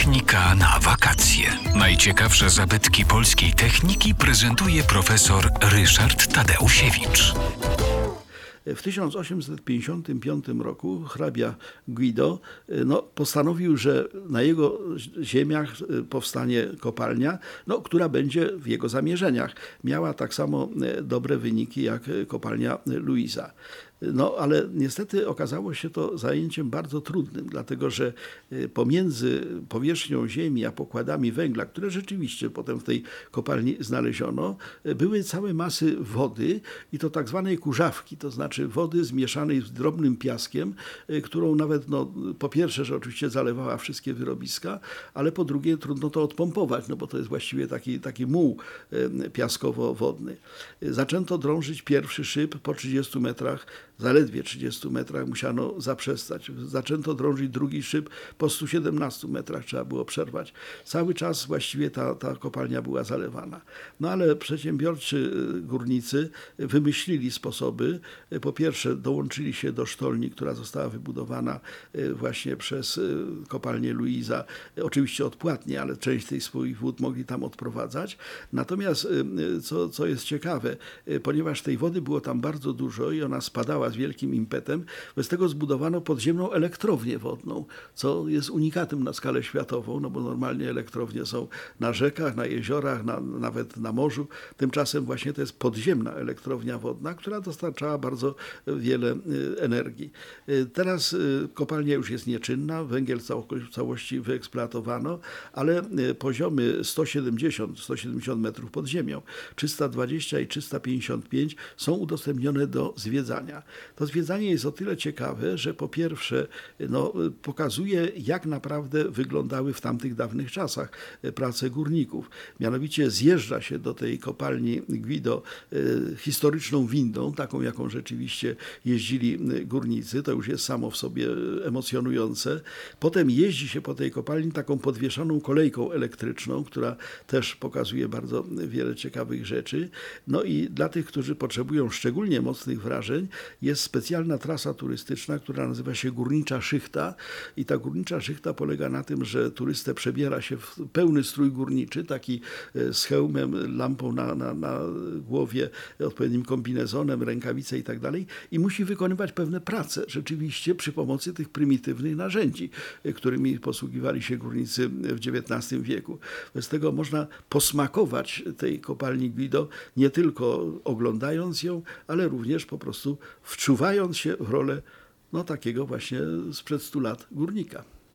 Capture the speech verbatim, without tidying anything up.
Technika na wakacje. Najciekawsze zabytki polskiej techniki prezentuje profesor Ryszard Tadeusiewicz. W tysiąc osiemset pięćdziesiątym piątym roku hrabia Guido no, postanowił, że na jego ziemiach powstanie kopalnia, no, która będzie w jego zamierzeniach miała tak samo dobre wyniki jak kopalnia Luiza. No, ale niestety okazało się to zajęciem bardzo trudnym, dlatego że pomiędzy powierzchnią ziemi a pokładami węgla, które rzeczywiście potem w tej kopalni znaleziono, były całe masy wody i to tak zwanej kurzawki, to znaczy wody zmieszanej z drobnym piaskiem, którą nawet no, po pierwsze, że oczywiście zalewała wszystkie wyrobiska, ale po drugie trudno to odpompować, no bo to jest właściwie taki, taki muł piaskowo-wodny. Zaczęto drążyć pierwszy szyb po trzydziestu metrach, zaledwie trzydziestu metrach musiano zaprzestać. Zaczęto drążyć drugi szyb, po stu siedemnastu metrach trzeba było przerwać. Cały czas właściwie ta, ta kopalnia była zalewana. No ale przedsiębiorczy górnicy wymyślili sposoby. Po pierwsze dołączyli się do sztolni, która została wybudowana właśnie przez kopalnię Luiza. Oczywiście odpłatnie, ale część tych swoich wód mogli tam odprowadzać. Natomiast, co, co jest ciekawe, ponieważ tej wody było tam bardzo dużo i ona spadała z wielkim impetem, bez tego zbudowano podziemną elektrownię wodną, co jest unikatem na skalę światową, no bo normalnie elektrownie są na rzekach, na jeziorach, na, nawet na morzu. Tymczasem właśnie to jest podziemna elektrownia wodna, która dostarczała bardzo wiele energii. Teraz kopalnia już jest nieczynna, węgiel w całości wyeksploatowano, ale poziomy sto siedemdziesiąt sto siedemdziesiąt metrów pod ziemią, trzysta dwadzieścia i trzysta pięćdziesiąt pięć są udostępnione do zwiedzania. To zwiedzanie jest o tyle ciekawe, że po pierwsze no, pokazuje, jak naprawdę wyglądały w tamtych dawnych czasach prace górników. Mianowicie zjeżdża się do tej kopalni Guido e, historyczną windą, taką jaką rzeczywiście jeździli górnicy. To już jest samo w sobie emocjonujące. Potem jeździ się po tej kopalni taką podwieszoną kolejką elektryczną, która też pokazuje bardzo wiele ciekawych rzeczy. No i dla tych, którzy potrzebują szczególnie mocnych wrażeń, jest specjalna trasa turystyczna, która nazywa się Górnicza Szychta i ta Górnicza Szychta polega na tym, że turystę przebiera się w pełny strój górniczy, taki z hełmem, lampą na, na, na głowie, odpowiednim kombinezonem, rękawice i tak dalej i musi wykonywać pewne prace, rzeczywiście przy pomocy tych prymitywnych narzędzi, którymi posługiwali się górnicy w dziewiętnastym wieku. Z tego można posmakować tej kopalni Guido, nie tylko oglądając ją, ale również po prostu wczuwając się w rolę no, takiego właśnie sprzed stu lat górnika.